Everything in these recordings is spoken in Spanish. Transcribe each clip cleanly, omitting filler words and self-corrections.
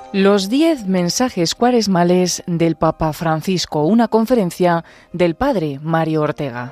Los 10 mensajes cuaresmales del Papa Francisco, una conferencia del Padre Mario Ortega.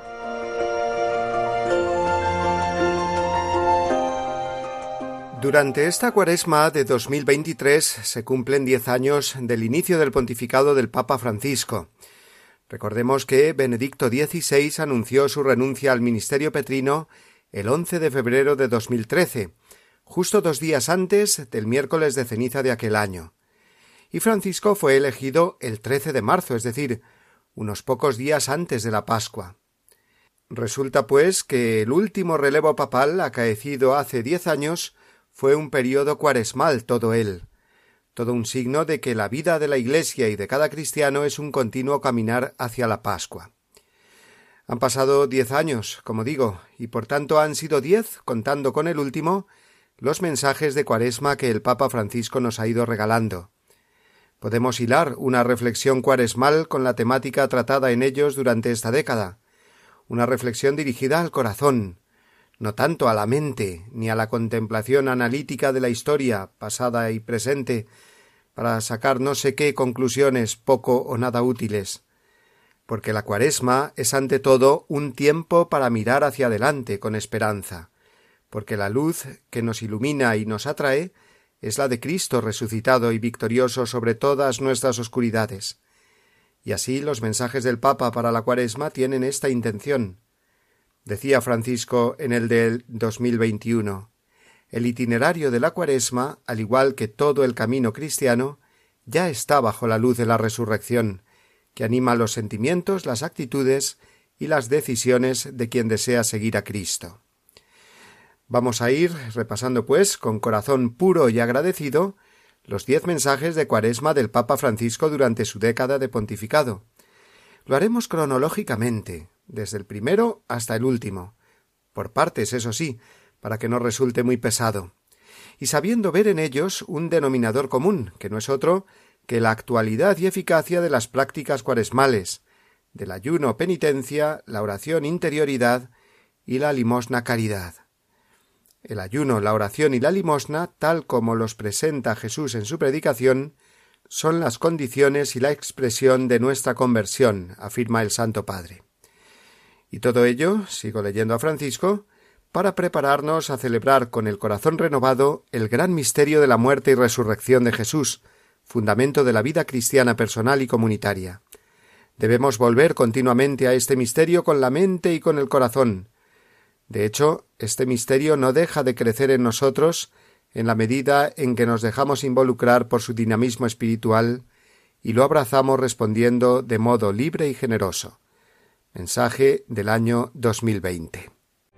Durante esta Cuaresma de 2023 se cumplen 10 años del inicio del pontificado del Papa Francisco. Recordemos que Benedicto XVI anunció su renuncia al ministerio petrino el 11 de febrero de 2013, justo 2 días antes del miércoles de ceniza de aquel año. Y Francisco fue elegido el 13 de marzo, es decir, unos pocos días antes de la Pascua. Resulta, pues, que el último relevo papal acaecido hace 10 años fue un período cuaresmal todo él, todo un signo de que la vida de la Iglesia y de cada cristiano es un continuo caminar hacia la Pascua. Han pasado 10 años, como digo, y por tanto han sido 10, contando con el último, los mensajes de Cuaresma que el Papa Francisco nos ha ido regalando. Podemos hilar una reflexión cuaresmal con la temática tratada en ellos durante esta década, una reflexión dirigida al corazón, no tanto a la mente ni a la contemplación analítica de la historia pasada y presente para sacar no sé qué conclusiones poco o nada útiles, porque la Cuaresma es ante todo un tiempo para mirar hacia adelante con esperanza, porque la luz que nos ilumina y nos atrae es la de Cristo resucitado y victorioso sobre todas nuestras oscuridades. Y así los mensajes del Papa para la Cuaresma tienen esta intención. Decía Francisco en el del 2021, el itinerario de la Cuaresma, al igual que todo el camino cristiano, ya está bajo la luz de la resurrección, que anima los sentimientos, las actitudes y las decisiones de quien desea seguir a Cristo. Vamos a ir repasando, pues, con corazón puro y agradecido, los 10 mensajes de Cuaresma del Papa Francisco durante su década de pontificado. Lo haremos cronológicamente, desde el primero hasta el último, por partes, eso sí, para que no resulte muy pesado, y sabiendo ver en ellos un denominador común, que no es otro que la actualidad y eficacia de las prácticas cuaresmales, del ayuno penitencia, la oración interioridad y la limosna caridad. El ayuno, la oración y la limosna, tal como los presenta Jesús en su predicación, son las condiciones y la expresión de nuestra conversión, afirma el Santo Padre. Y todo ello, sigo leyendo a Francisco, para prepararnos a celebrar con el corazón renovado el gran misterio de la muerte y resurrección de Jesús, fundamento de la vida cristiana personal y comunitaria. Debemos volver continuamente a este misterio con la mente y con el corazón. De hecho, este misterio no deja de crecer en nosotros en la medida en que nos dejamos involucrar por su dinamismo espiritual y lo abrazamos respondiendo de modo libre y generoso. Mensaje del año 2020.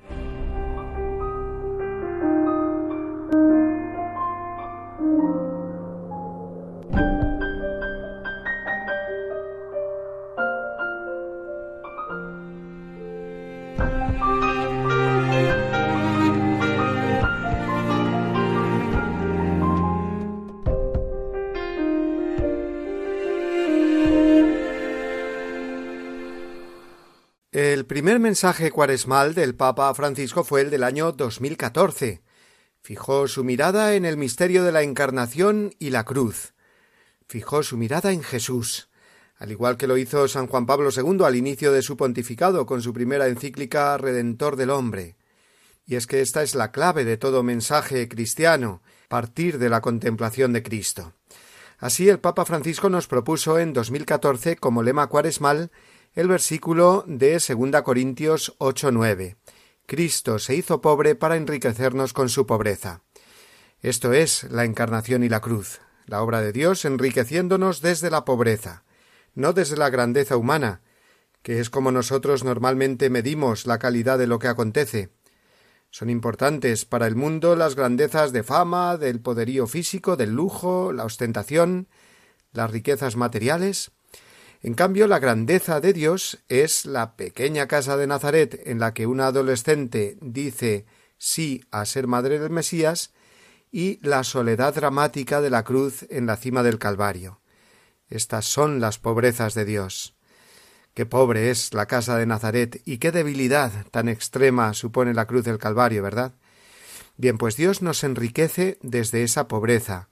El primer mensaje cuaresmal del Papa Francisco fue el del año 2014. Fijó su mirada en el misterio de la Encarnación y la cruz. Fijó su mirada en Jesús, al igual que lo hizo San Juan Pablo II al inicio de su pontificado con su primera encíclica Redentor del hombre. Y es que esta es la clave de todo mensaje cristiano, partir de la contemplación de Cristo. Así el Papa Francisco nos propuso en 2014 como lema cuaresmal el versículo de 2 Corintios 8:9. Cristo se hizo pobre para enriquecernos con su pobreza. Esto es la encarnación y la cruz, la obra de Dios enriqueciéndonos desde la pobreza, no desde la grandeza humana, que es como nosotros normalmente medimos la calidad de lo que acontece. Son importantes para el mundo las grandezas de fama, del poderío físico, del lujo, la ostentación, las riquezas materiales. En cambio, la grandeza de Dios es la pequeña casa de Nazaret en la que una adolescente dice sí a ser madre del Mesías y la soledad dramática de la cruz en la cima del Calvario. Estas son las pobrezas de Dios. Qué pobre es la casa de Nazaret y qué debilidad tan extrema supone la cruz del Calvario, ¿verdad? Bien, pues Dios nos enriquece desde esa pobreza,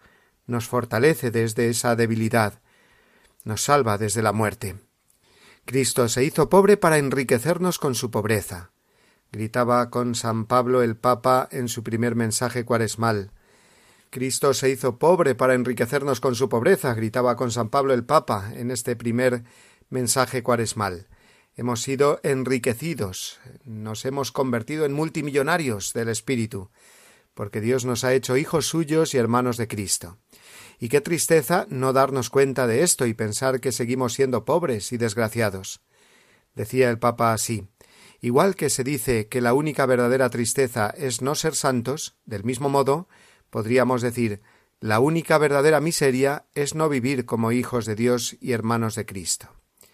nos fortalece desde esa debilidad, nos salva desde la muerte. Cristo se hizo pobre para enriquecernos con su pobreza, gritaba con San Pablo el Papa en su primer mensaje cuaresmal. Cristo se hizo pobre para enriquecernos con su pobreza, gritaba con San Pablo el Papa en este primer mensaje cuaresmal. Hemos sido enriquecidos, nos hemos convertido en multimillonarios del Espíritu, porque Dios nos ha hecho hijos suyos y hermanos de Cristo. Y qué tristeza no darnos cuenta de esto y pensar que seguimos siendo pobres y desgraciados. Decía el Papa así: igual que se dice que la única verdadera tristeza es no ser santos, del mismo modo, podríamos decir, la única verdadera miseria es no vivir como hijos de Dios y hermanos de Cristo.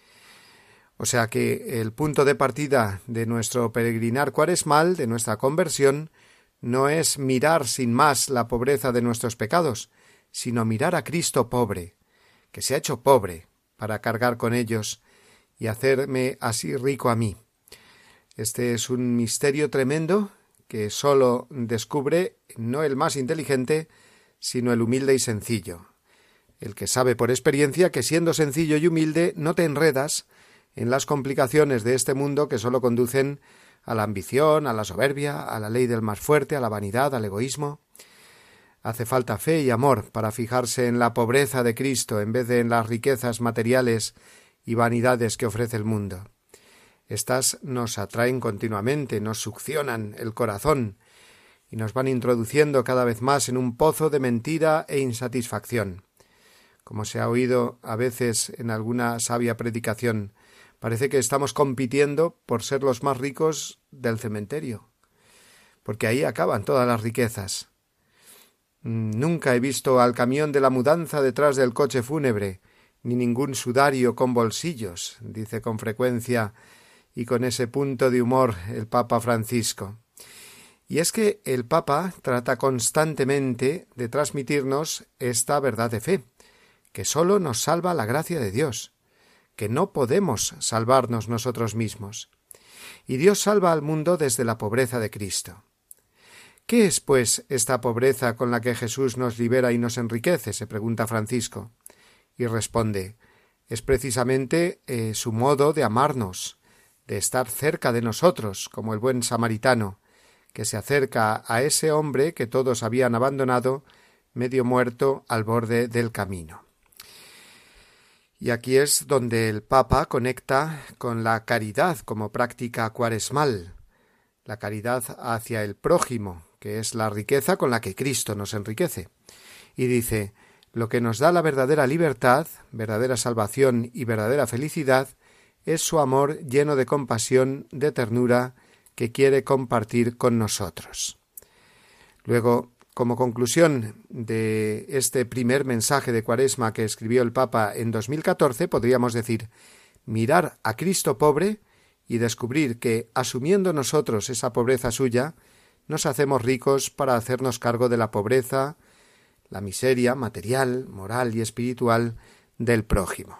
O sea que el punto de partida de nuestro peregrinar cuaresmal, de nuestra conversión, no es mirar sin más la pobreza de nuestros pecados, sino mirar a Cristo pobre, que se ha hecho pobre para cargar con ellos y hacerme así rico a mí. Este es un misterio tremendo que sólo descubre no el más inteligente, sino el humilde y sencillo, el que sabe por experiencia que siendo sencillo y humilde no te enredas en las complicaciones de este mundo que sólo conducen a la ambición, a la soberbia, a la ley del más fuerte, a la vanidad, al egoísmo. Hace falta fe y amor para fijarse en la pobreza de Cristo en vez de en las riquezas materiales y vanidades que ofrece el mundo. Estas nos atraen continuamente, nos succionan el corazón y nos van introduciendo cada vez más en un pozo de mentira e insatisfacción. Como se ha oído a veces en alguna sabia predicación, parece que estamos compitiendo por ser los más ricos del cementerio, porque ahí acaban todas las riquezas. Nunca he visto al camión de la mudanza detrás del coche fúnebre, ni ningún sudario con bolsillos, dice con frecuencia y con ese punto de humor el Papa Francisco. Y es que el Papa trata constantemente de transmitirnos esta verdad de fe, que sólo nos salva la gracia de Dios, que no podemos salvarnos nosotros mismos. Y Dios salva al mundo desde la pobreza de Cristo. ¿Qué es, pues, esta pobreza con la que Jesús nos libera y nos enriquece?, se pregunta Francisco. Y responde, es precisamente su modo de amarnos, de estar cerca de nosotros, como el buen samaritano, que se acerca a ese hombre que todos habían abandonado, medio muerto al borde del camino. Y aquí es donde el Papa conecta con la caridad como práctica cuaresmal, la caridad hacia el prójimo, que es la riqueza con la que Cristo nos enriquece. Y dice, lo que nos da la verdadera libertad, verdadera salvación y verdadera felicidad es su amor lleno de compasión, de ternura, que quiere compartir con nosotros. Luego, como conclusión de este primer mensaje de Cuaresma que escribió el Papa en 2014, podríamos decir, mirar a Cristo pobre y descubrir que, asumiendo nosotros esa pobreza suya, nos hacemos ricos para hacernos cargo de la pobreza, la miseria material, moral y espiritual del prójimo.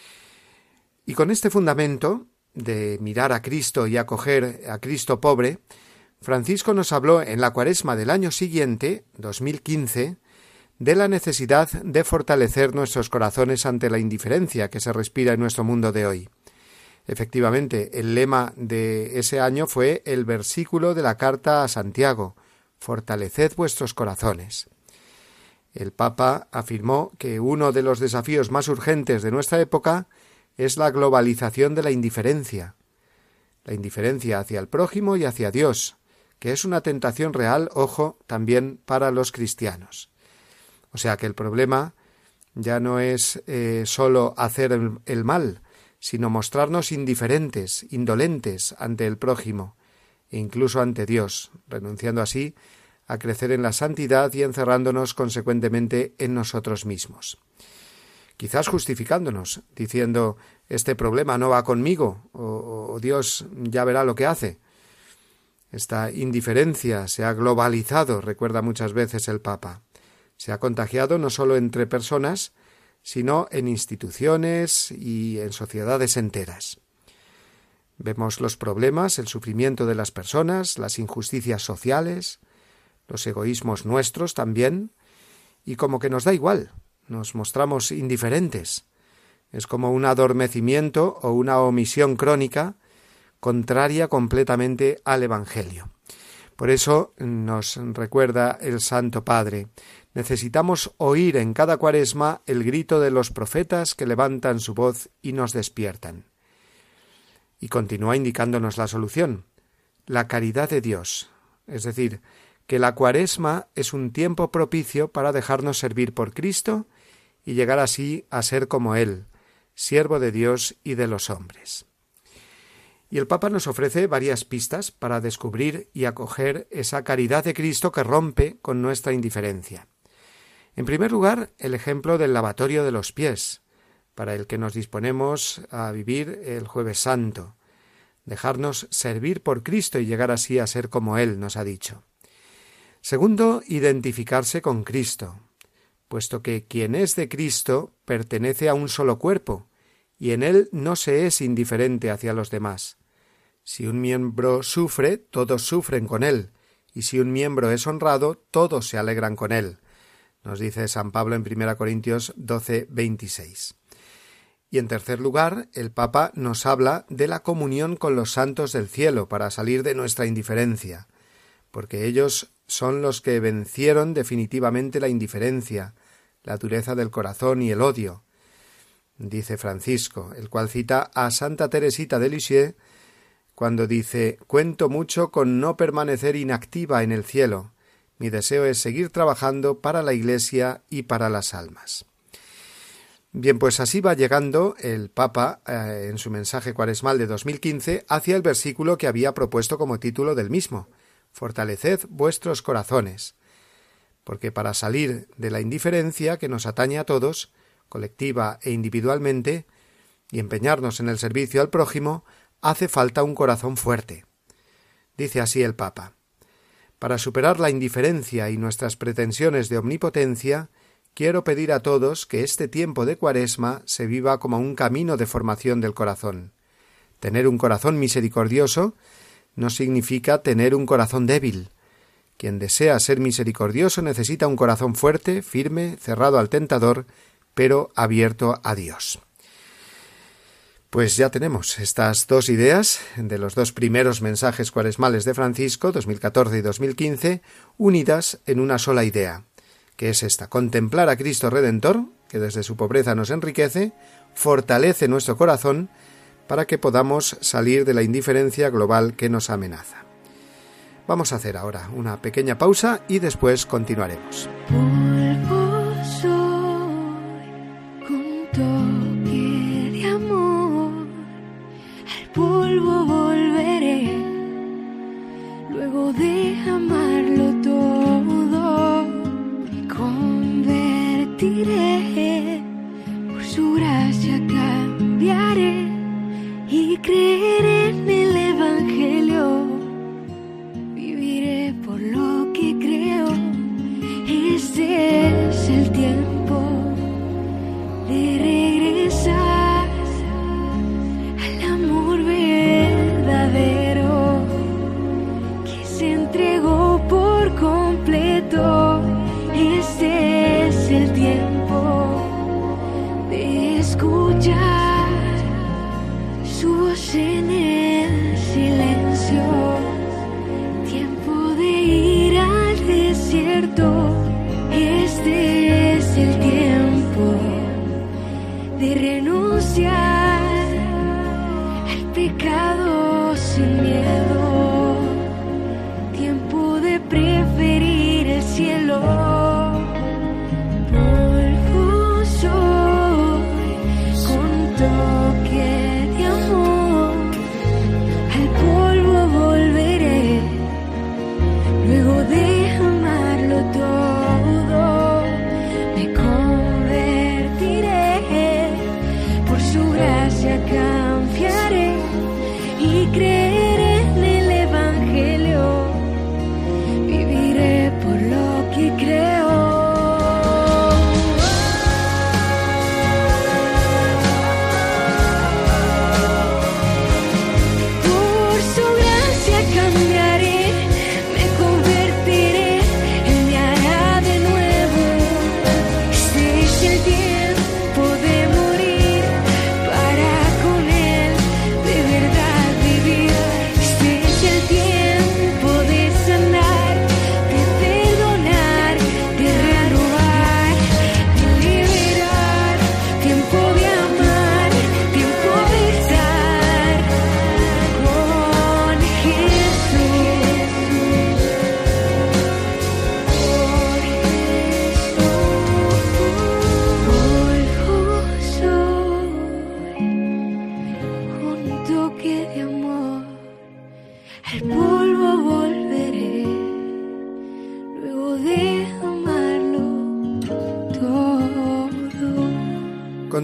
Y con este fundamento de mirar a Cristo y acoger a Cristo pobre, Francisco nos habló en la Cuaresma del año siguiente, 2015, de la necesidad de fortalecer nuestros corazones ante la indiferencia que se respira en nuestro mundo de hoy. Efectivamente, el lema de ese año fue el versículo de la carta a Santiago, fortaleced vuestros corazones. El Papa afirmó que uno de los desafíos más urgentes de nuestra época es la globalización de la indiferencia hacia el prójimo y hacia Dios, que es una tentación real, ojo, también para los cristianos. O sea que el problema ya no es solo hacer el mal, sino mostrarnos indiferentes, indolentes ante el prójimo, e incluso ante Dios, renunciando así a crecer en la santidad y encerrándonos consecuentemente en nosotros mismos. Quizás justificándonos, diciendo, este problema no va conmigo, o Dios ya verá lo que hace. Esta indiferencia se ha globalizado, recuerda muchas veces el Papa. Se ha contagiado no solo entre personas, sino en instituciones y en sociedades enteras. Vemos los problemas, el sufrimiento de las personas, las injusticias sociales, los egoísmos nuestros también, y como que nos da igual, nos mostramos indiferentes. Es como un adormecimiento o una omisión crónica contraria completamente al Evangelio. Por eso nos recuerda el Santo Padre: necesitamos oír en cada Cuaresma el grito de los profetas que levantan su voz y nos despiertan. Y continúa indicándonos la solución: la caridad de Dios, es decir, que la Cuaresma es un tiempo propicio para dejarnos servir por Cristo y llegar así a ser como Él, siervo de Dios y de los hombres. Y el Papa nos ofrece varias pistas para descubrir y acoger esa caridad de Cristo que rompe con nuestra indiferencia. En primer lugar, el ejemplo del lavatorio de los pies, para el que nos disponemos a vivir el Jueves Santo. Dejarnos servir por Cristo y llegar así a ser como Él nos ha dicho. Segundo, identificarse con Cristo, puesto que quien es de Cristo pertenece a un solo cuerpo, y en él no se es indiferente hacia los demás. Si un miembro sufre, todos sufren con él, y si un miembro es honrado, todos se alegran con él, nos dice San Pablo en 1 Corintios 12:26. Y en tercer lugar, el Papa nos habla de la comunión con los santos del cielo para salir de nuestra indiferencia, porque ellos son los que vencieron definitivamente la indiferencia, la dureza del corazón y el odio, dice Francisco, el cual cita a Santa Teresita de Lisieux cuando dice: «Cuento mucho con no permanecer inactiva en el cielo. Mi deseo es seguir trabajando para la Iglesia y para las almas». Bien, pues así va llegando el Papa en su mensaje cuaresmal de 2015 hacia el versículo que había propuesto como título del mismo: «Fortaleced vuestros corazones», porque para salir de la indiferencia que nos atañe a todos, colectiva e individualmente, y empeñarnos en el servicio al prójimo, hace falta un corazón fuerte. Dice así el Papa: «Para superar la indiferencia y nuestras pretensiones de omnipotencia, quiero pedir a todos que este tiempo de Cuaresma se viva como un camino de formación del corazón. Tener un corazón misericordioso no significa tener un corazón débil. Quien desea ser misericordioso necesita un corazón fuerte, firme, cerrado al tentador, pero abierto a Dios». Pues ya tenemos estas dos ideas de los dos primeros mensajes cuaresmales de Francisco, 2014 y 2015, unidas en una sola idea, que es esta: contemplar a Cristo Redentor, que desde su pobreza nos enriquece, fortalece nuestro corazón para que podamos salir de la indiferencia global que nos amenaza. Vamos a hacer ahora una pequeña pausa y después continuaremos. Polvo soy, con toque de amor, al polvo volveré, luego de amarlo todo, me convertiré, por su gracia cambiaré y creeré en el Evangelio. Viviré por lo que creo. Este es el tiempo de regresar al amor verdadero que se entregó por completo. Este es el tiempo de escuchar su voz en el silencio, tiempo de ir al desierto. Este es el tiempo de renunciar al pecado sin miedo, tiempo de preferir el cielo. Polvo soy, con toque de amor, al polvo volveré, luego de amarlo todo,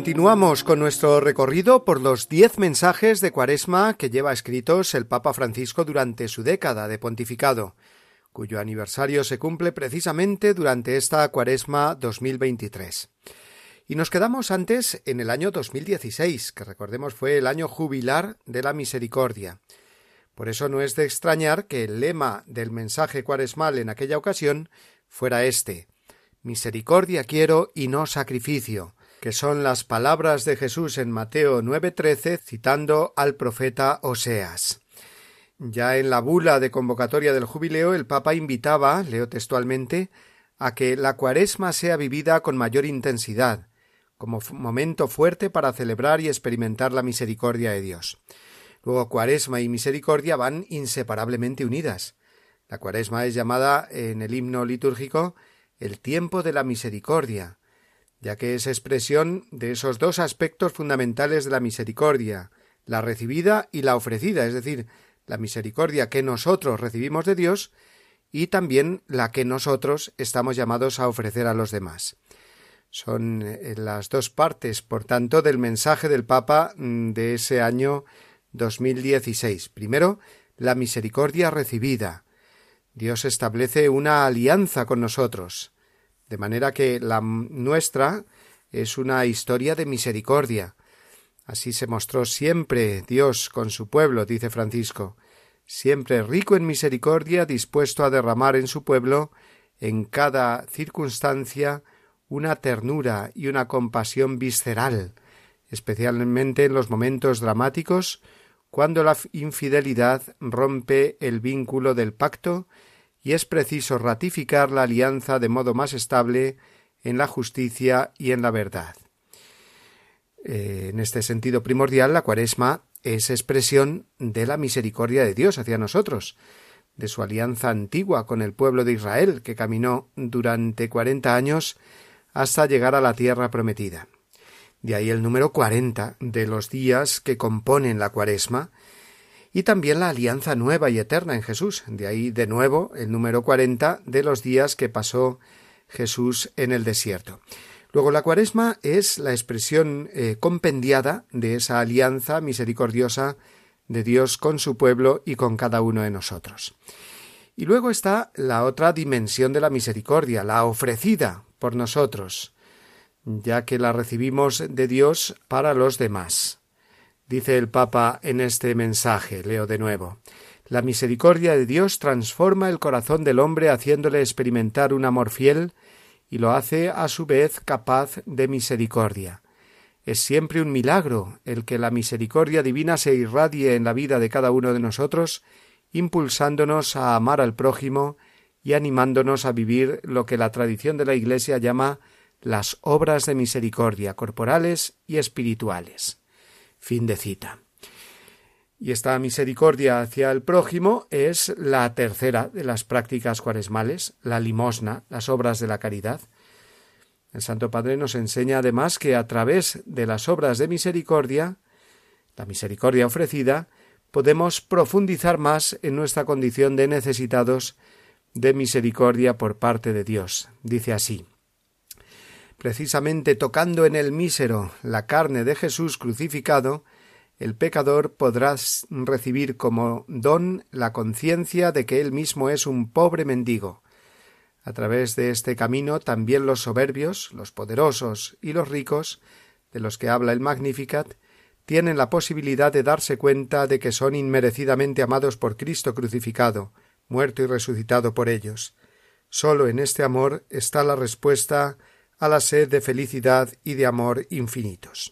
Continuamos con nuestro recorrido por los 10 mensajes de Cuaresma que lleva escritos el Papa Francisco durante su década de pontificado, cuyo aniversario se cumple precisamente durante esta Cuaresma 2023. Y nos quedamos antes en el año 2016, que recordemos fue el año jubilar de la misericordia. Por eso no es de extrañar que el lema del mensaje cuaresmal en aquella ocasión fuera este: misericordia quiero y no sacrificio, que son las palabras de Jesús en Mateo 9:13, citando al profeta Oseas. Ya en la bula de convocatoria del jubileo, el Papa invitaba, leo textualmente, a que la Cuaresma sea vivida con mayor intensidad, como momento fuerte para celebrar y experimentar la misericordia de Dios. Luego, Cuaresma y misericordia van inseparablemente unidas. La Cuaresma es llamada en el himno litúrgico el tiempo de la misericordia, ya que es expresión de esos dos aspectos fundamentales de la misericordia, la recibida y la ofrecida, es decir, la misericordia que nosotros recibimos de Dios y también la que nosotros estamos llamados a ofrecer a los demás. Son las dos partes, por tanto, del mensaje del Papa de ese año 2016. Primero, la misericordia recibida. Dios establece una alianza con nosotros, de manera que la nuestra es una historia de misericordia. Así se mostró siempre Dios con su pueblo, dice Francisco, siempre rico en misericordia, dispuesto a derramar en su pueblo, en cada circunstancia, una ternura y una compasión visceral, especialmente en los momentos dramáticos, cuando la infidelidad rompe el vínculo del pacto y es preciso ratificar la alianza de modo más estable en la justicia y en la verdad. En este sentido primordial, la Cuaresma es expresión de la misericordia de Dios hacia nosotros, de su alianza antigua con el pueblo de Israel, que caminó durante 40 años hasta llegar a la tierra prometida. De ahí el número 40 de los días que componen la Cuaresma, y también la alianza nueva y eterna en Jesús. De ahí, de nuevo, el número 40 de los días que pasó Jesús en el desierto. Luego, la Cuaresma es la expresión compendiada de esa alianza misericordiosa de Dios con su pueblo y con cada uno de nosotros. Y luego está la otra dimensión de la misericordia, la ofrecida por nosotros, ya que la recibimos de Dios para los demás. Dice el Papa en este mensaje, leo de nuevo: la misericordia de Dios transforma el corazón del hombre haciéndole experimentar un amor fiel y lo hace a su vez capaz de misericordia. Es siempre un milagro el que la misericordia divina se irradie en la vida de cada uno de nosotros, impulsándonos a amar al prójimo y animándonos a vivir lo que la tradición de la Iglesia llama las obras de misericordia corporales y espirituales. Fin de cita. Y esta misericordia hacia el prójimo es la tercera de las prácticas cuaresmales, la limosna, las obras de la caridad. El Santo Padre nos enseña además que a través de las obras de misericordia, la misericordia ofrecida, podemos profundizar más en nuestra condición de necesitados de misericordia por parte de Dios. Dice así: precisamente tocando en el mísero la carne de Jesús crucificado, el pecador podrá recibir como don la conciencia de que él mismo es un pobre mendigo. A través de este camino también los soberbios, los poderosos y los ricos, de los que habla el Magnificat, tienen la posibilidad de darse cuenta de que son inmerecidamente amados por Cristo crucificado, muerto y resucitado por ellos. Sólo en este amor está la respuesta a la sed de felicidad y de amor infinitos.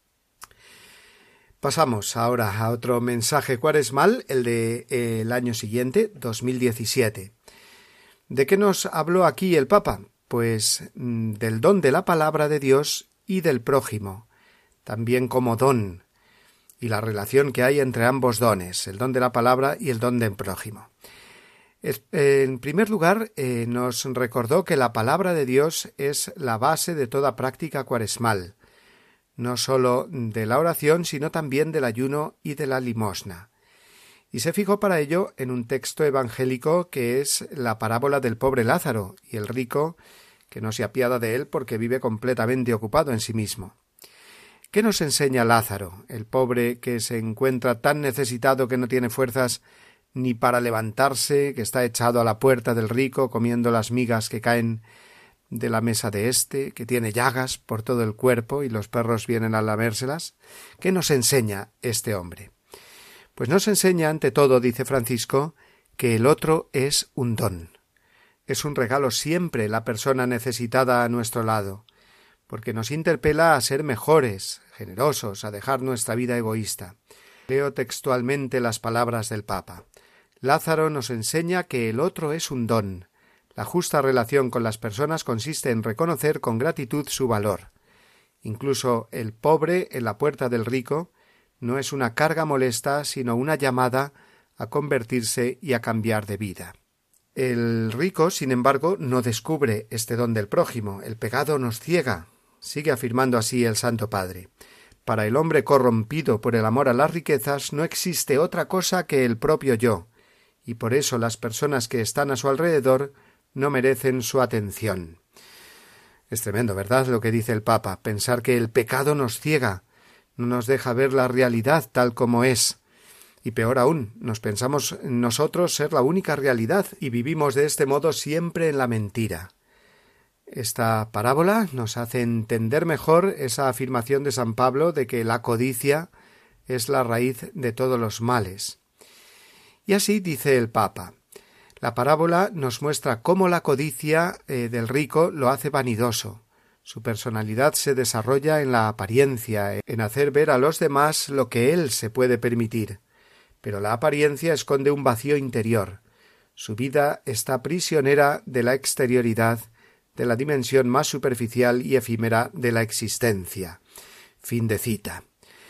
Pasamos ahora a otro mensaje cuaresmal, el del año siguiente, 2017. ¿De qué nos habló aquí el Papa? Pues del don de la palabra de Dios y del prójimo, también como don, y la relación que hay entre ambos dones, el don de la palabra y el don del prójimo. En primer lugar, nos recordó que la palabra de Dios es la base de toda práctica cuaresmal, no sólo de la oración, sino también del ayuno y de la limosna. Y se fijó para ello en un texto evangélico que es la parábola del pobre Lázaro y el rico, que no se apiada de él porque vive completamente ocupado en sí mismo. ¿Qué nos enseña Lázaro, el pobre que se encuentra tan necesitado que no tiene fuerzas ni para levantarse, que está echado a la puerta del rico comiendo las migas que caen de la mesa de éste, que tiene llagas por todo el cuerpo y los perros vienen a lamérselas? ¿Qué nos enseña este hombre? Pues nos enseña, ante todo, dice Francisco, que el otro es un don. Es un regalo siempre la persona necesitada a nuestro lado, porque nos interpela a ser mejores, generosos, a dejar nuestra vida egoísta. Leo textualmente las palabras del Papa. Lázaro nos enseña que el otro es un don. La justa relación con las personas consiste en reconocer con gratitud su valor. Incluso el pobre en la puerta del rico no es una carga molesta, sino una llamada a convertirse y a cambiar de vida. El rico, sin embargo, no descubre este don del prójimo. El pecado nos ciega, sigue afirmando así el Santo Padre. Para el hombre corrompido por el amor a las riquezas no existe otra cosa que el propio yo, y por eso las personas que están a su alrededor no merecen su atención. Es tremendo, ¿verdad?, lo que dice el Papa, pensar que el pecado nos ciega, no nos deja ver la realidad tal como es. Y peor aún, nos pensamos nosotros ser la única realidad y vivimos de este modo siempre en la mentira. Esta parábola nos hace entender mejor esa afirmación de San Pablo de que la codicia es la raíz de todos los males. Y así dice el Papa. La parábola nos muestra cómo la codicia del rico lo hace vanidoso. Su personalidad se desarrolla en la apariencia, en hacer ver a los demás lo que él se puede permitir. Pero la apariencia esconde un vacío interior. Su vida está prisionera de la exterioridad, de la dimensión más superficial y efímera de la existencia. Fin de cita.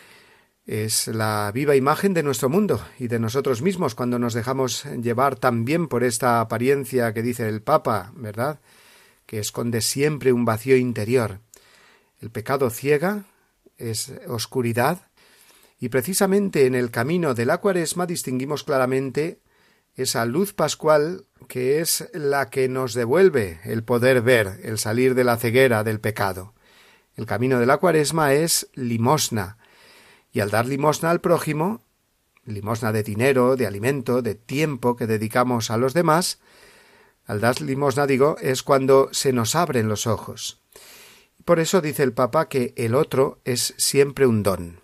Es la viva imagen de nuestro mundo y de nosotros mismos cuando nos dejamos llevar también por esta apariencia que dice el Papa, ¿verdad?, que esconde siempre un vacío interior. El pecado ciega, es oscuridad, y precisamente en el camino de la Cuaresma distinguimos claramente esa luz pascual que es la que nos devuelve el poder ver, el salir de la ceguera del pecado. El camino de la Cuaresma es limosna, y al dar limosna al prójimo, limosna de dinero, de alimento, de tiempo que dedicamos a los demás, al dar limosna, es cuando se nos abren los ojos. Por eso dice el Papa que el otro es siempre un don.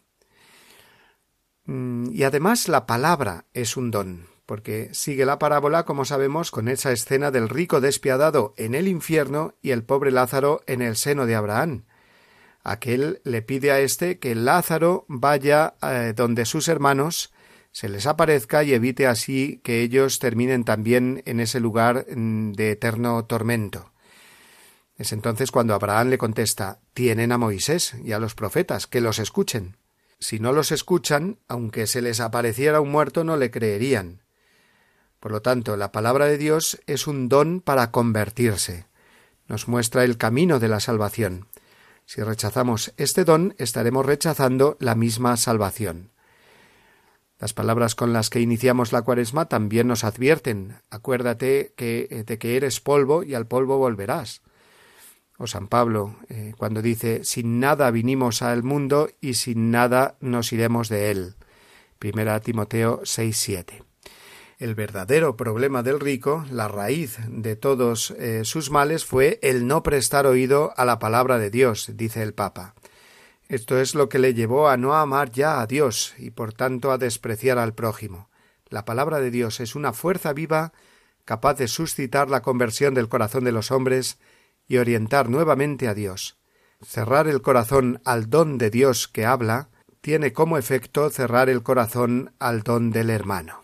Y además la palabra es un don, porque sigue la parábola, como sabemos, con esa escena del rico despiadado en el infierno y el pobre Lázaro en el seno de Abraham. Aquel le pide a éste que Lázaro vaya donde sus hermanos, se les aparezca y evite así que ellos terminen también en ese lugar de eterno tormento. Es entonces cuando Abraham le contesta: tienen a Moisés y a los profetas, que los escuchen. Si no los escuchan, aunque se les apareciera un muerto, no le creerían. Por lo tanto, la palabra de Dios es un don para convertirse. Nos muestra el camino de la salvación. Si rechazamos este don, estaremos rechazando la misma salvación. Las palabras con las que iniciamos la Cuaresma también nos advierten: acuérdate de que eres polvo y al polvo volverás. O San Pablo, cuando dice: sin nada vinimos al mundo y sin nada nos iremos de él. 1 Timoteo 6:7. El verdadero problema del rico, la raíz de todos sus males, fue el no prestar oído a la palabra de Dios, dice el Papa. Esto es lo que le llevó a no amar ya a Dios y por tanto a despreciar al prójimo. La palabra de Dios es una fuerza viva capaz de suscitar la conversión del corazón de los hombres y orientar nuevamente a Dios. Cerrar el corazón al don de Dios que habla tiene como efecto cerrar el corazón al don del hermano.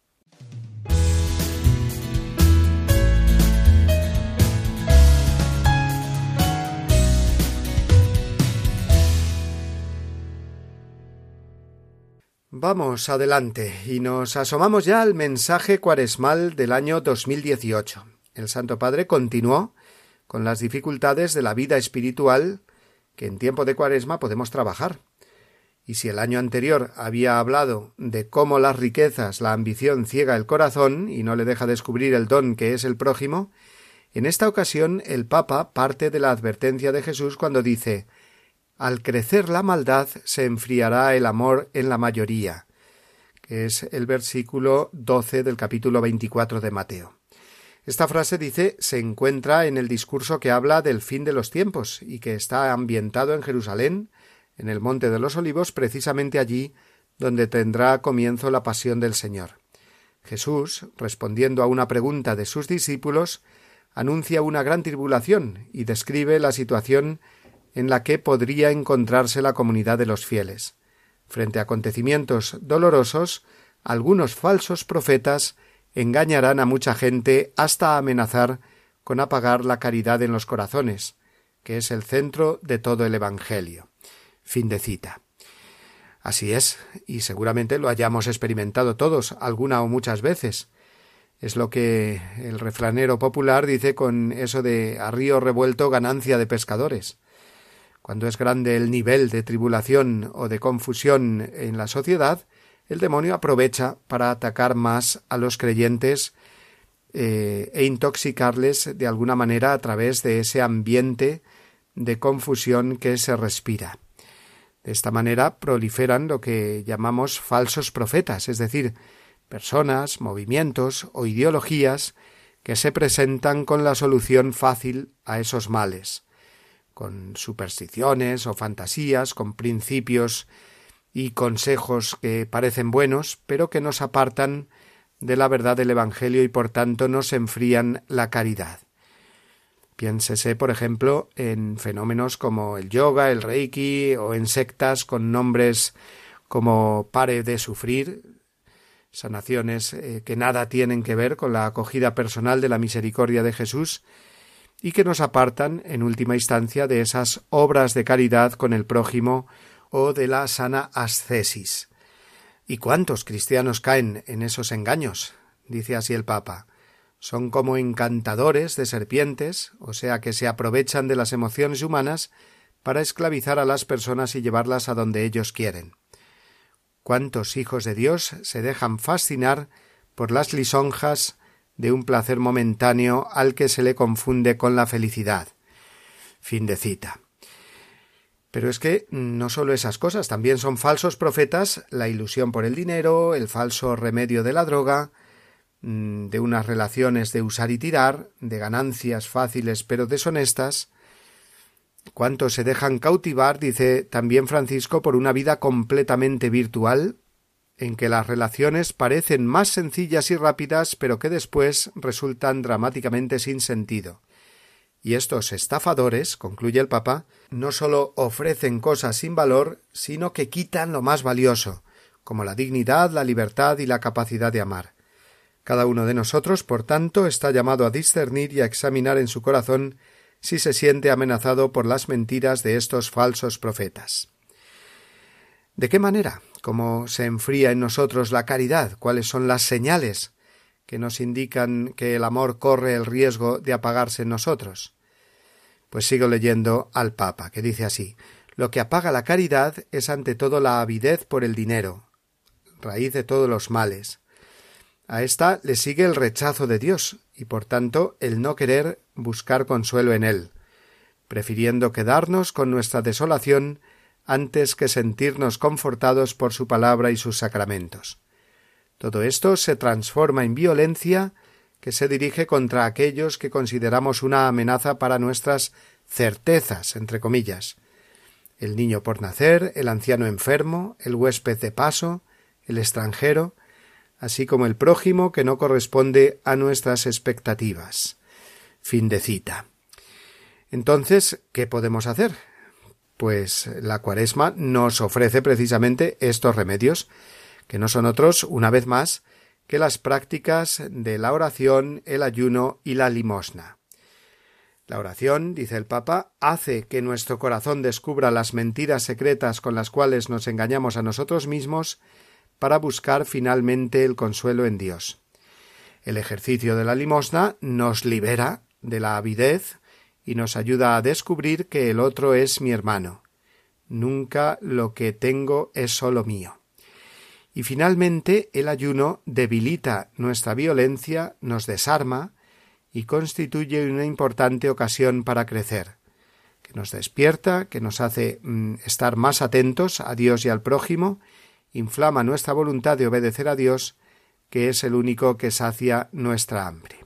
Vamos adelante y nos asomamos ya al mensaje cuaresmal del año 2018. El Santo Padre continuó con las dificultades de la vida espiritual que en tiempo de Cuaresma podemos trabajar. Y si el año anterior había hablado de cómo las riquezas, la ambición ciega el corazón y no le deja descubrir el don que es el prójimo, en esta ocasión el Papa parte de la advertencia de Jesús cuando dice: Al crecer la maldad se enfriará el amor en la mayoría, que es el versículo 12 del capítulo 24 de Mateo. Esta frase, dice, se encuentra en el discurso que habla del fin de los tiempos y que está ambientado en Jerusalén, en el Monte de los Olivos, precisamente allí donde tendrá comienzo la pasión del Señor. Jesús, respondiendo a una pregunta de sus discípulos, anuncia una gran tribulación y describe la situación en la que podría encontrarse la comunidad de los fieles. Frente a acontecimientos dolorosos, algunos falsos profetas engañarán a mucha gente hasta amenazar con apagar la caridad en los corazones, que es el centro de todo el Evangelio. Fin de cita. Así es, y seguramente lo hayamos experimentado todos, alguna o muchas veces. Es lo que el refranero popular dice con eso de a río revuelto ganancia de pescadores. Cuando es grande el nivel de tribulación o de confusión en la sociedad, el demonio aprovecha para atacar más a los creyentes e intoxicarles de alguna manera a través de ese ambiente de confusión que se respira. De esta manera proliferan lo que llamamos falsos profetas, es decir, personas, movimientos o ideologías que se presentan con la solución fácil a esos males, con supersticiones o fantasías, con principios y consejos que parecen buenos, pero que nos apartan de la verdad del Evangelio y por tanto nos enfrían la caridad. Piénsese, por ejemplo, en fenómenos como el yoga, el reiki o en sectas con nombres como Pare de Sufrir, sanaciones que nada tienen que ver con la acogida personal de la misericordia de Jesús y que nos apartan, en última instancia, de esas obras de caridad con el prójimo o de la sana ascesis. ¿Y cuántos cristianos caen en esos engaños? Dice así el Papa. Son como encantadores de serpientes, o sea que se aprovechan de las emociones humanas para esclavizar a las personas y llevarlas a donde ellos quieren. ¿Cuántos hijos de Dios se dejan fascinar por las lisonjas de un placer momentáneo al que se le confunde con la felicidad? Fin de cita. Pero es que no solo esas cosas, también son falsos profetas la ilusión por el dinero, el falso remedio de la droga, de unas relaciones de usar y tirar, de ganancias fáciles pero deshonestas. ¿Cuántos se dejan cautivar, dice también Francisco, por una vida completamente virtual, en que las relaciones parecen más sencillas y rápidas, pero que después resultan dramáticamente sin sentido? Y estos estafadores, concluye el Papa, no sólo ofrecen cosas sin valor, sino que quitan lo más valioso, como la dignidad, la libertad y la capacidad de amar. Cada uno de nosotros, por tanto, está llamado a discernir y a examinar en su corazón si se siente amenazado por las mentiras de estos falsos profetas. ¿De qué manera? ¿Cómo se enfría en nosotros la caridad? ¿Cuáles son las señales que nos indican que el amor corre el riesgo de apagarse en nosotros? Pues sigo leyendo al Papa, que dice así: lo que apaga la caridad es ante todo la avidez por el dinero, raíz de todos los males. A esta le sigue el rechazo de Dios y, por tanto, el no querer buscar consuelo en Él, prefiriendo quedarnos con nuestra desolación antes que sentirnos confortados por su palabra y sus sacramentos. Todo esto se transforma en violencia que se dirige contra aquellos que consideramos una amenaza para nuestras certezas, entre comillas: el niño por nacer, el anciano enfermo, el huésped de paso, el extranjero, así como el prójimo que no corresponde a nuestras expectativas. Fin de cita. Entonces, ¿qué podemos hacer? Pues la Cuaresma nos ofrece precisamente estos remedios, que no son otros, una vez más, que las prácticas de la oración, el ayuno y la limosna. La oración, dice el Papa, hace que nuestro corazón descubra las mentiras secretas con las cuales nos engañamos a nosotros mismos para buscar finalmente el consuelo en Dios. El ejercicio de la limosna nos libera de la avidez y nos ayuda a descubrir que el otro es mi hermano. Nunca lo que tengo es solo mío. Y finalmente el ayuno debilita nuestra violencia, nos desarma y constituye una importante ocasión para crecer. que nos despierta, que nos hace estar más atentos a Dios y al prójimo, inflama nuestra voluntad de obedecer a Dios, que es el único que sacia nuestra hambre.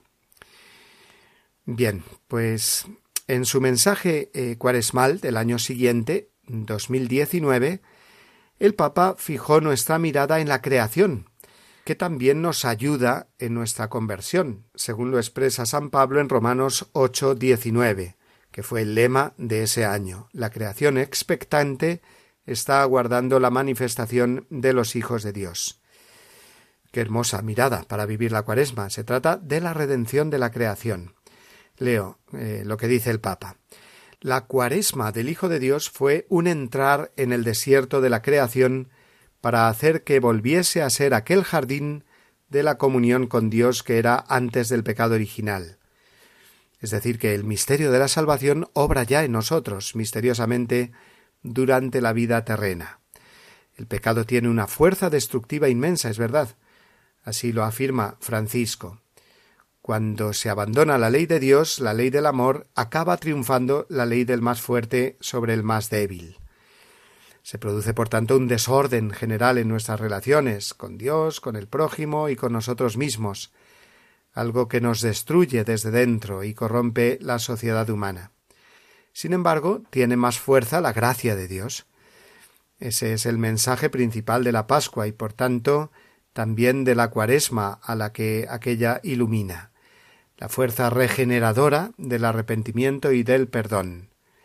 Bien, pues en su mensaje cuaresmal del año siguiente, 2019, el Papa fijó nuestra mirada en la creación, que también nos ayuda en nuestra conversión, según lo expresa San Pablo en Romanos 8:19, que fue el lema de ese año. La creación expectante está aguardando la manifestación de los hijos de Dios. Qué hermosa mirada para vivir la Cuaresma. Se trata de la redención de la creación. Leo lo que dice el Papa. La Cuaresma del Hijo de Dios fue un entrar en el desierto de la creación para hacer que volviese a ser aquel jardín de la comunión con Dios que era antes del pecado original. Es decir, que el misterio de la salvación obra ya en nosotros, misteriosamente, durante la vida terrena. El pecado tiene una fuerza destructiva inmensa, es verdad. Así lo afirma Francisco. Cuando se abandona la ley de Dios, la ley del amor, acaba triunfando la ley del más fuerte sobre el más débil. Se produce, por tanto, un desorden general en nuestras relaciones con Dios, con el prójimo y con nosotros mismos, algo que nos destruye desde dentro y corrompe la sociedad humana. Sin embargo, tiene más fuerza la gracia de Dios. Ese es el mensaje principal de la Pascua y, por tanto, también de la Cuaresma a la que aquella ilumina, la fuerza regeneradora del arrepentimiento y del perdón.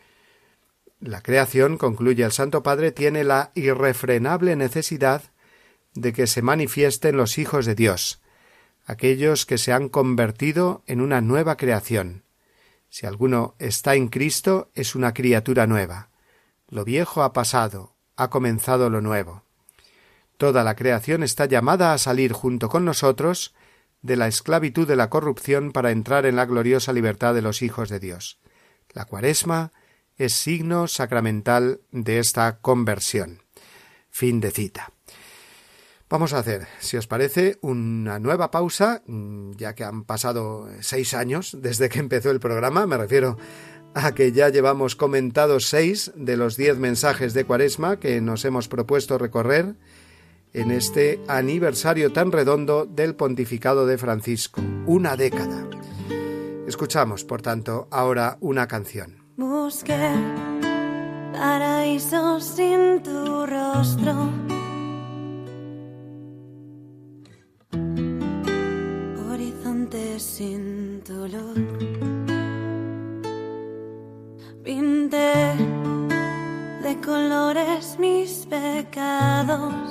La creación, concluye el Santo Padre, tiene la irrefrenable necesidad de que se manifiesten los hijos de Dios, aquellos que se han convertido en una nueva creación. Si alguno está en Cristo, es una criatura nueva. Lo viejo ha pasado, ha comenzado lo nuevo. Toda la creación está llamada a salir junto con nosotros de la esclavitud de la corrupción para entrar en la gloriosa libertad de los hijos de Dios. La Cuaresma es signo sacramental de esta conversión. Fin de cita. Vamos a hacer, si os parece, una nueva pausa, ya que han pasado 6 años desde que empezó el programa. Me refiero a que ya llevamos comentados 6 de los 10 mensajes de Cuaresma que nos hemos propuesto recorrer en este aniversario tan redondo del pontificado de Francisco. Una década. Escuchamos, por tanto, ahora una canción. Busqué paraísos sin tu rostro, horizontes sin tu luz. Pinté de colores mis pecados,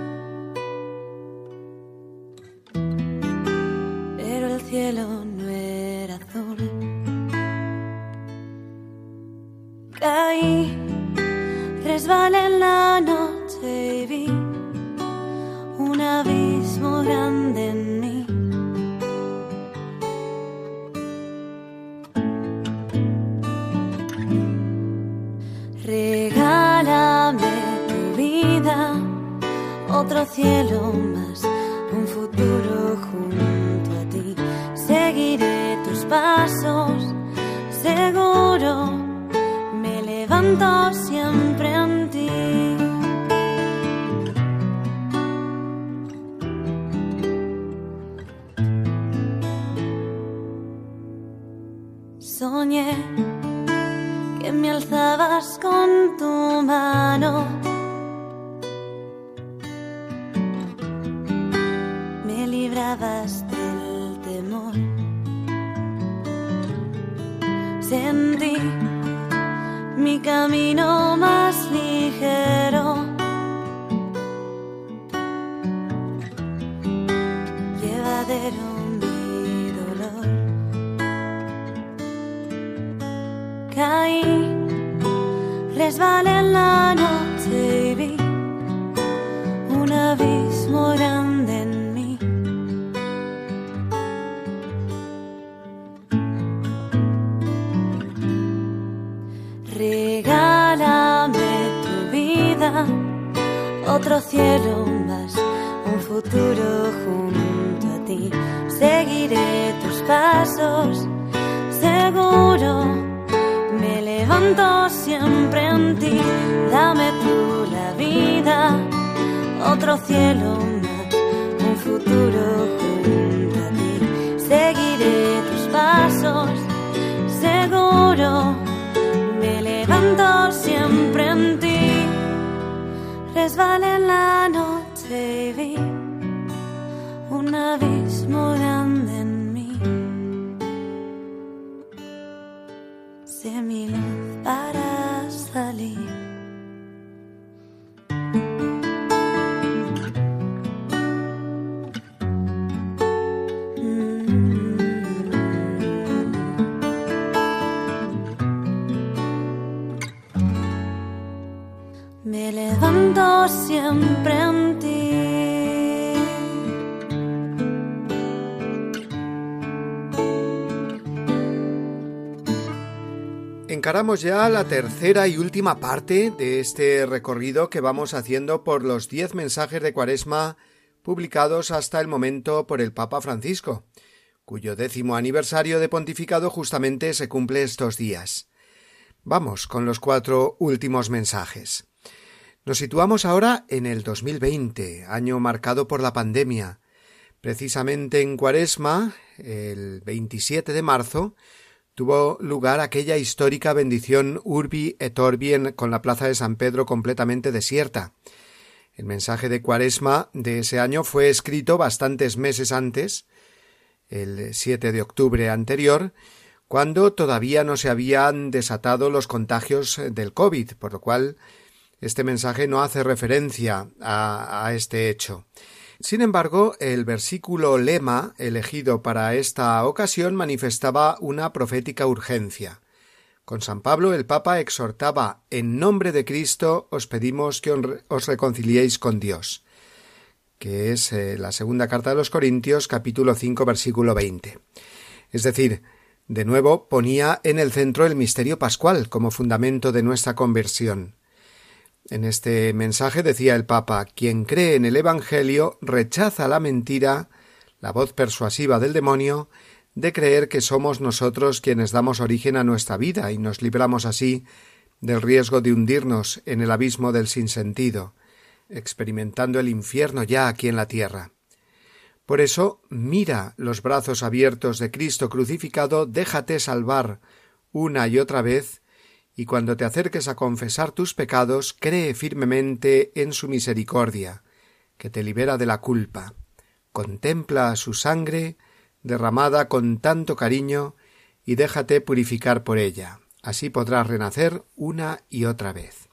pero el cielo no era azul. Caí, resbalé en la noche y vi un abismo grande en mí. Regálame tu vida, otro cielo más, un futuro junto a ti. Seguiré tus pasos, seguro. Levanto siempre en ti. Soñé que me alzabas con tu mano, me librabas del temor. Sentí mi camino más ligero, llevadero mi dolor. Caí, resbalé en la noche y vi un abismo grande en mí. Regálame tu vida, otro cielo más, un futuro junto a ti. Seguiré tus pasos, seguro me levanto levanto siempre en ti, dame tú la vida, otro cielo más, un futuro junto a ti. Seguiré tus pasos, seguro, me levanto siempre en ti. Resbalé en la noche y vi un abismo grande en mí. Sé mi luz para salir. Me levanto siempre en ti. Encaramos ya la tercera y última parte de este recorrido que vamos haciendo por los 10 mensajes de Cuaresma publicados hasta el momento por el Papa Francisco, cuyo 10º aniversario de pontificado justamente se cumple estos días. Vamos con los 4 últimos mensajes. Nos situamos ahora en el 2020, año marcado por la pandemia. Precisamente en Cuaresma, el 27 de marzo, tuvo lugar aquella histórica bendición Urbi et Orbi con la plaza de San Pedro completamente desierta. El mensaje de Cuaresma de ese año fue escrito bastantes meses antes, el 7 de octubre anterior, cuando todavía no se habían desatado los contagios del COVID, por lo cual este mensaje no hace referencia a este hecho. Sin embargo, el versículo lema elegido para esta ocasión manifestaba una profética urgencia. Con San Pablo el Papa exhortaba: en nombre de Cristo os pedimos que os reconciliéis con Dios, que es la segunda carta de los Corintios, capítulo 5, versículo 20. Es decir, de nuevo ponía en el centro el misterio pascual como fundamento de nuestra conversión. En este mensaje decía el Papa: quien cree en el Evangelio rechaza la mentira, la voz persuasiva del demonio, de creer que somos nosotros quienes damos origen a nuestra vida y nos libramos así del riesgo de hundirnos en el abismo del sinsentido, experimentando el infierno ya aquí en la tierra. Por eso, mira los brazos abiertos de Cristo crucificado, déjate salvar una y otra vez, y cuando te acerques a confesar tus pecados, cree firmemente en su misericordia, que te libera de la culpa. Contempla su sangre derramada con tanto cariño y déjate purificar por ella. Así podrás renacer una y otra vez.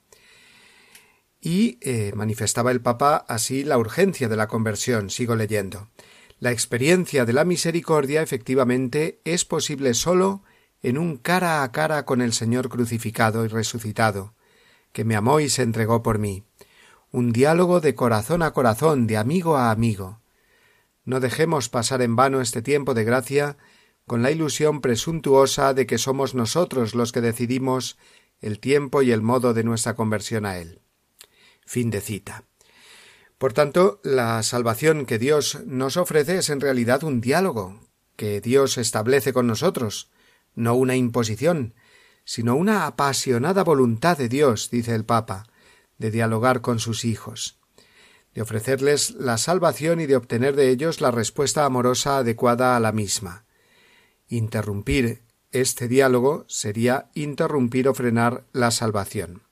Y manifestaba el Papa así la urgencia de la conversión. Sigo leyendo. La experiencia de la misericordia efectivamente es posible sólo en un cara a cara con el Señor crucificado y resucitado, que me amó y se entregó por mí. Un diálogo de corazón a corazón, de amigo a amigo. No dejemos pasar en vano este tiempo de gracia con la ilusión presuntuosa de que somos nosotros los que decidimos el tiempo y el modo de nuestra conversión a Él. Fin de cita. Por tanto, la salvación que Dios nos ofrece es en realidad un diálogo que Dios establece con nosotros, no una imposición, sino una apasionada voluntad de Dios, dice el Papa, de dialogar con sus hijos, de ofrecerles la salvación y de obtener de ellos la respuesta amorosa adecuada a la misma. Interrumpir este diálogo sería interrumpir o frenar la salvación.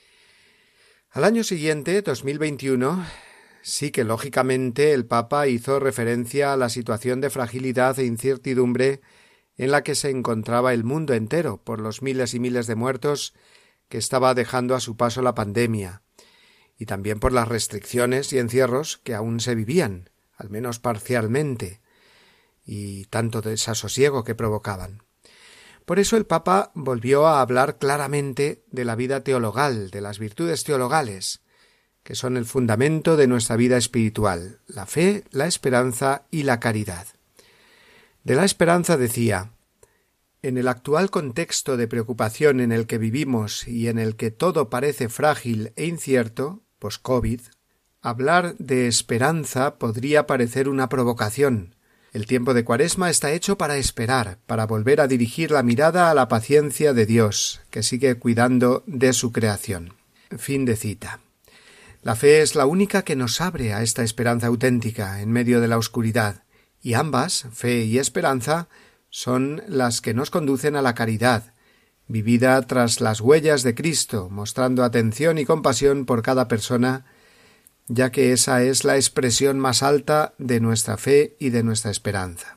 Al año siguiente, 2021, sí que lógicamente el Papa hizo referencia a la situación de fragilidad e incertidumbre en la que se encontraba el mundo entero por los miles y miles de muertos que estaba dejando a su paso la pandemia, y también por las restricciones y encierros que aún se vivían, al menos parcialmente, y tanto desasosiego que provocaban. Por eso el Papa volvió a hablar claramente de la vida teologal, de las virtudes teologales, que son el fundamento de nuestra vida espiritual, la fe, la esperanza y la caridad. De la esperanza decía: en el actual contexto de preocupación en el que vivimos y en el que todo parece frágil e incierto, post-COVID, hablar de esperanza podría parecer una provocación, El tiempo de Cuaresma está hecho para esperar, para volver a dirigir la mirada a la paciencia de Dios, que sigue cuidando de su creación. Fin de cita. La fe es la única que nos abre a esta esperanza auténtica en medio de la oscuridad, y ambas, fe y esperanza, son las que nos conducen a la caridad, vivida tras las huellas de Cristo, mostrando atención y compasión por cada persona, ya que esa es la expresión más alta de nuestra fe y de nuestra esperanza.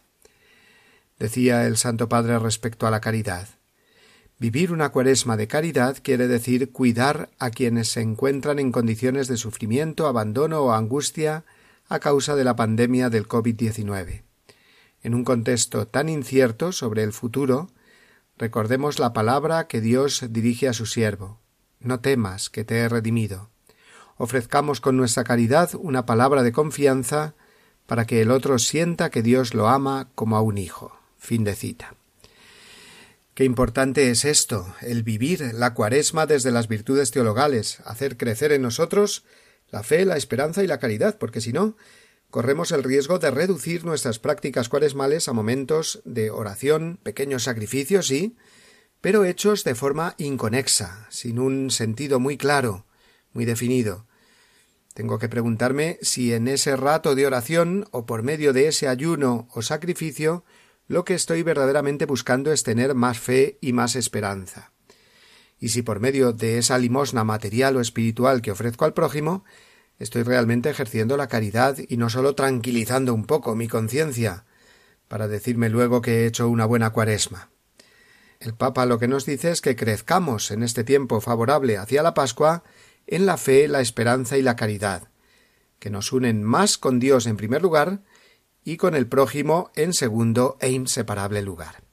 Decía el Santo Padre respecto a la caridad: vivir una Cuaresma de caridad quiere decir cuidar a quienes se encuentran en condiciones de sufrimiento, abandono o angustia a causa de la pandemia del COVID-19. En un contexto tan incierto sobre el futuro, recordemos la palabra que Dios dirige a su siervo: no temas, que te he redimido. Ofrezcamos con nuestra caridad una palabra de confianza para que el otro sienta que Dios lo ama como a un hijo. Fin de cita. Qué importante es esto, el vivir la Cuaresma desde las virtudes teologales, hacer crecer en nosotros la fe, la esperanza y la caridad, porque si no, corremos el riesgo de reducir nuestras prácticas cuaresmales a momentos de oración, pequeños sacrificios, sí, pero hechos de forma inconexa, sin un sentido muy claro, muy definido. Tengo que preguntarme si en ese rato de oración o por medio de ese ayuno o sacrificio lo que estoy verdaderamente buscando es tener más fe y más esperanza. Y si por medio de esa limosna material o espiritual que ofrezco al prójimo, estoy realmente ejerciendo la caridad y no solo tranquilizando un poco mi conciencia para decirme luego que he hecho una buena Cuaresma. El Papa lo que nos dice es que crezcamos en este tiempo favorable hacia la Pascua en la fe, la esperanza y la caridad, que nos unen más con Dios en primer lugar y con el prójimo en segundo e inseparable lugar.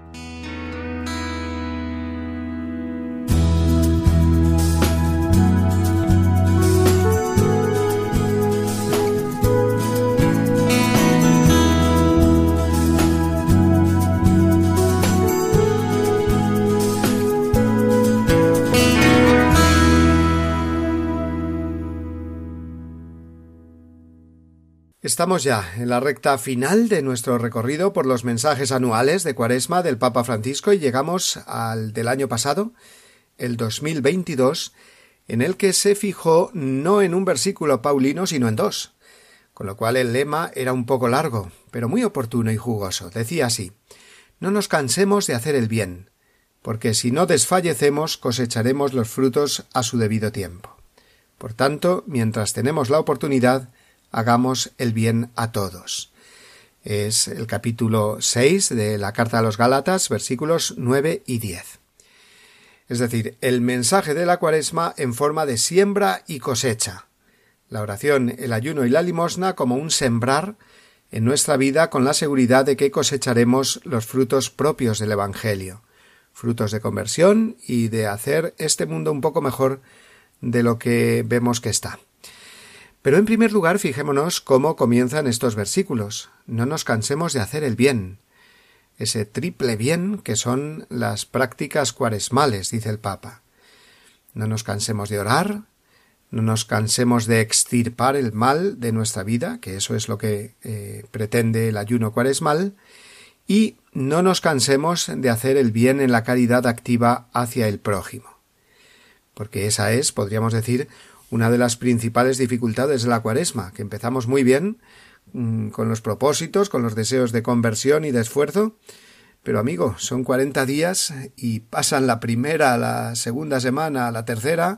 Estamos ya en la recta final de nuestro recorrido por los mensajes anuales de Cuaresma del Papa Francisco y llegamos al del año pasado, el 2022, en el que se fijó no en un versículo paulino sino en dos, con lo cual el lema era un poco largo, pero muy oportuno y jugoso. Decía así: no nos cansemos de hacer el bien, porque si no desfallecemos cosecharemos los frutos a su debido tiempo. Por tanto, mientras tenemos la oportunidad, hagamos el bien a todos. Es el capítulo 6 de la Carta a los Gálatas, versículos 9 y 10. Es decir, el mensaje de la Cuaresma en forma de siembra y cosecha. La oración, el ayuno y la limosna como un sembrar en nuestra vida con la seguridad de que cosecharemos los frutos propios del Evangelio, frutos de conversión y de hacer este mundo un poco mejor de lo que vemos que está. Pero en primer lugar, fijémonos cómo comienzan estos versículos. No nos cansemos de hacer el bien. Ese triple bien que son las prácticas cuaresmales, dice el Papa. No nos cansemos de orar, no nos cansemos de extirpar el mal de nuestra vida, que eso es lo que pretende el ayuno cuaresmal, y no nos cansemos de hacer el bien en la caridad activa hacia el prójimo. Porque esa es, podríamos decir, una de las principales dificultades de la Cuaresma, que empezamos muy bien, con los propósitos, con los deseos de conversión y de esfuerzo, pero amigo, son 40 días y pasan la primera, la segunda semana, la tercera,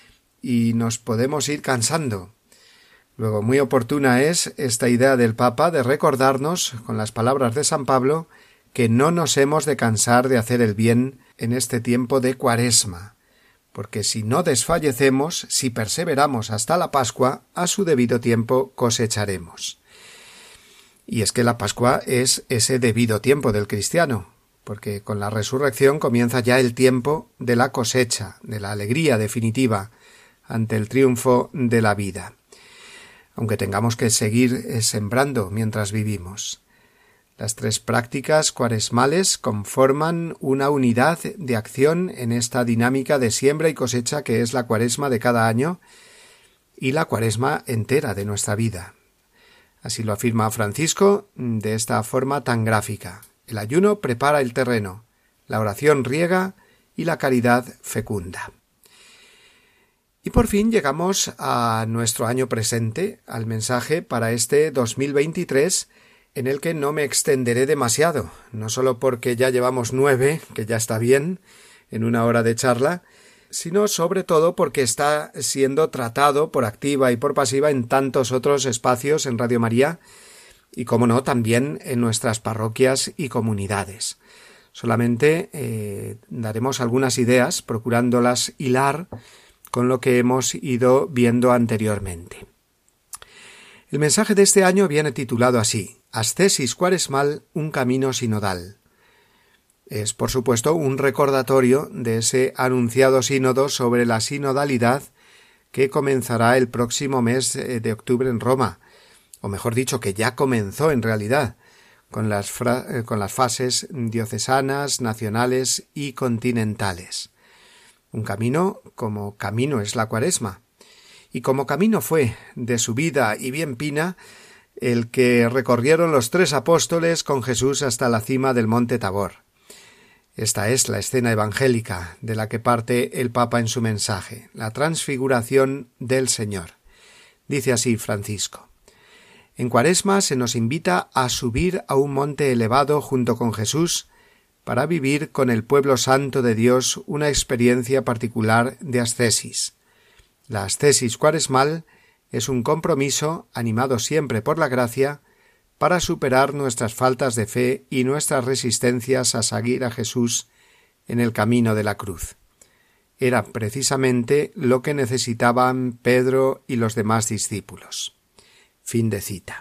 y nos podemos ir cansando. Luego, muy oportuna es esta idea del Papa de recordarnos, con las palabras de San Pablo, que no nos hemos de cansar de hacer el bien en este tiempo de Cuaresma, porque si no desfallecemos, si perseveramos hasta la Pascua, a su debido tiempo cosecharemos. Y es que la Pascua es ese debido tiempo del cristiano, porque con la resurrección comienza ya el tiempo de la cosecha, de la alegría definitiva ante el triunfo de la vida, aunque tengamos que seguir sembrando mientras vivimos. Las tres prácticas cuaresmales conforman una unidad de acción en esta dinámica de siembra y cosecha que es la Cuaresma de cada año y la Cuaresma entera de nuestra vida. Así lo afirma Francisco de esta forma tan gráfica. El ayuno prepara el terreno, la oración riega y la caridad fecunda. Y por fin llegamos a nuestro año presente, al mensaje para este 2023, en el que no me extenderé demasiado, no solo porque ya llevamos 9, que ya está bien, en una hora de charla, sino sobre todo porque está siendo tratado por activa y por pasiva en tantos otros espacios en Radio María y, como no, también en nuestras parroquias y comunidades. Solamente daremos algunas ideas, procurándolas hilar con lo que hemos ido viendo anteriormente. El mensaje de este año viene titulado así: Ascesis cuaresmal, un camino sinodal. Es, por supuesto, un recordatorio de ese anunciado sínodo sobre la sinodalidad que comenzará el próximo mes de octubre en Roma, o mejor dicho, que ya comenzó en realidad, con las fases diocesanas, nacionales y continentales. Un camino como camino es la Cuaresma, y como camino fue de subida y bien pina el que recorrieron los 3 apóstoles con Jesús hasta la cima del monte Tabor. Esta es la escena evangélica de la que parte el Papa en su mensaje, la transfiguración del Señor. Dice así Francisco: en Cuaresma se nos invita a subir a un monte elevado junto con Jesús para vivir con el pueblo santo de Dios una experiencia particular de ascesis. La ascesis cuaresmal es un compromiso, animado siempre por la gracia, para superar nuestras faltas de fe y nuestras resistencias a seguir a Jesús en el camino de la cruz. Era precisamente lo que necesitaban Pedro y los demás discípulos. Fin de cita.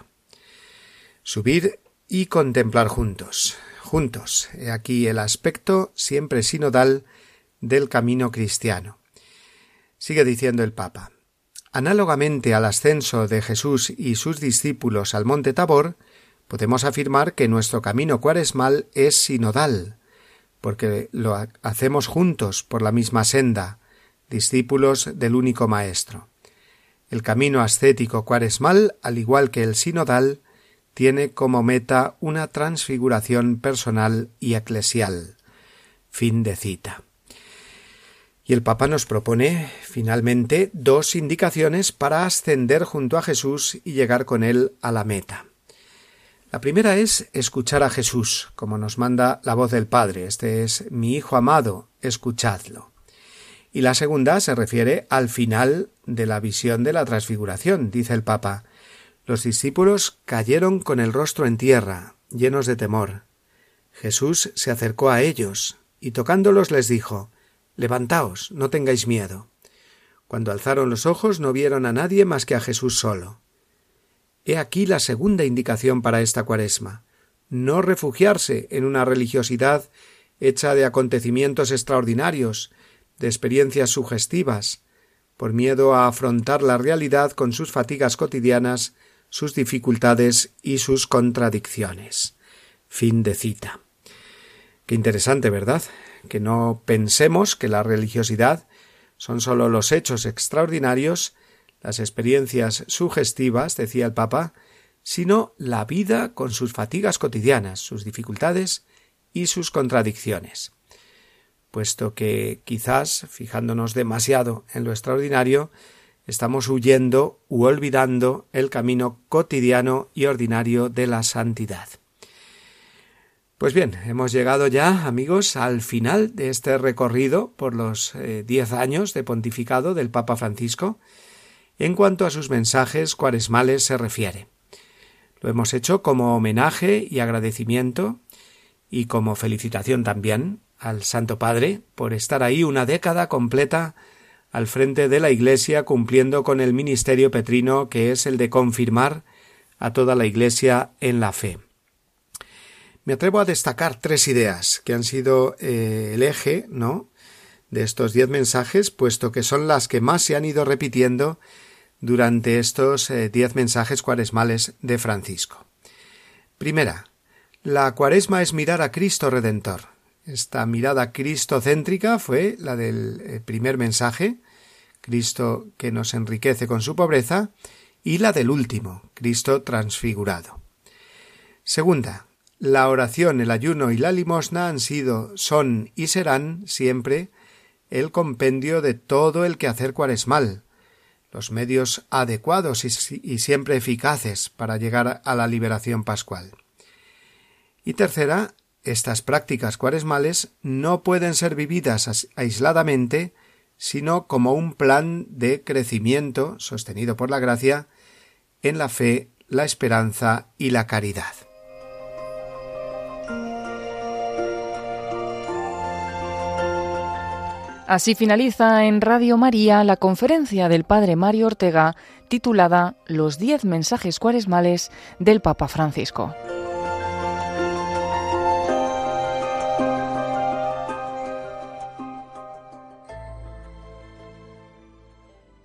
Subir y contemplar juntos. He aquí el aspecto siempre sinodal del camino cristiano. Sigue diciendo el Papa: análogamente al ascenso de Jesús y sus discípulos al monte Tabor, podemos afirmar que nuestro camino cuaresmal es sinodal, porque lo hacemos juntos por la misma senda, discípulos del único Maestro. El camino ascético cuaresmal, al igual que el sinodal, tiene como meta una transfiguración personal y eclesial. Fin de cita. Y el Papa nos propone, finalmente, 2 indicaciones para ascender junto a Jesús y llegar con él a la meta. La primera es escuchar a Jesús, como nos manda la voz del Padre: este es mi Hijo amado, escuchadlo. Y la segunda se refiere al final de la visión de la transfiguración. Dice el Papa: los discípulos cayeron con el rostro en tierra, llenos de temor. Jesús se acercó a ellos y tocándolos les dijo: levantaos, no tengáis miedo. Cuando alzaron los ojos no vieron a nadie más que a Jesús solo. He aquí la segunda indicación para esta Cuaresma: no refugiarse en una religiosidad hecha de acontecimientos extraordinarios, de experiencias sugestivas, por miedo a afrontar la realidad con sus fatigas cotidianas, sus dificultades y sus contradicciones. Fin de cita. Qué interesante, ¿verdad? Que no pensemos que la religiosidad son sólo los hechos extraordinarios, las experiencias sugestivas, decía el Papa, sino la vida con sus fatigas cotidianas, sus dificultades y sus contradicciones. Puesto que quizás, fijándonos demasiado en lo extraordinario, estamos huyendo u olvidando el camino cotidiano y ordinario de la santidad. Pues bien, hemos llegado ya, amigos, al final de este recorrido por los 10 años de pontificado del Papa Francisco, en cuanto a sus mensajes cuaresmales se refiere. Lo hemos hecho como homenaje y agradecimiento y como felicitación también al Santo Padre por estar ahí una década completa al frente de la Iglesia, cumpliendo con el ministerio petrino que es el de confirmar a toda la Iglesia en la fe. Me atrevo a destacar 3 ideas que han sido el eje, ¿no?, de estos 10 mensajes, puesto que son las que más se han ido repitiendo durante estos 10 mensajes cuaresmales de Francisco. Primera, la Cuaresma es mirar a Cristo Redentor. Esta mirada cristocéntrica fue la del primer mensaje, Cristo que nos enriquece con su pobreza, y la del último, Cristo transfigurado. Segunda, la oración, el ayuno y la limosna son y serán siempre el compendio de todo el quehacer cuaresmal, los medios adecuados y siempre eficaces para llegar a la liberación pascual. Y tercera, estas prácticas cuaresmales no pueden ser vividas aisladamente, sino como un plan de crecimiento sostenido por la gracia en la fe, la esperanza y la caridad. Así finaliza en Radio María la conferencia del Padre Mario Ortega titulada Los 10 mensajes cuaresmales del Papa Francisco.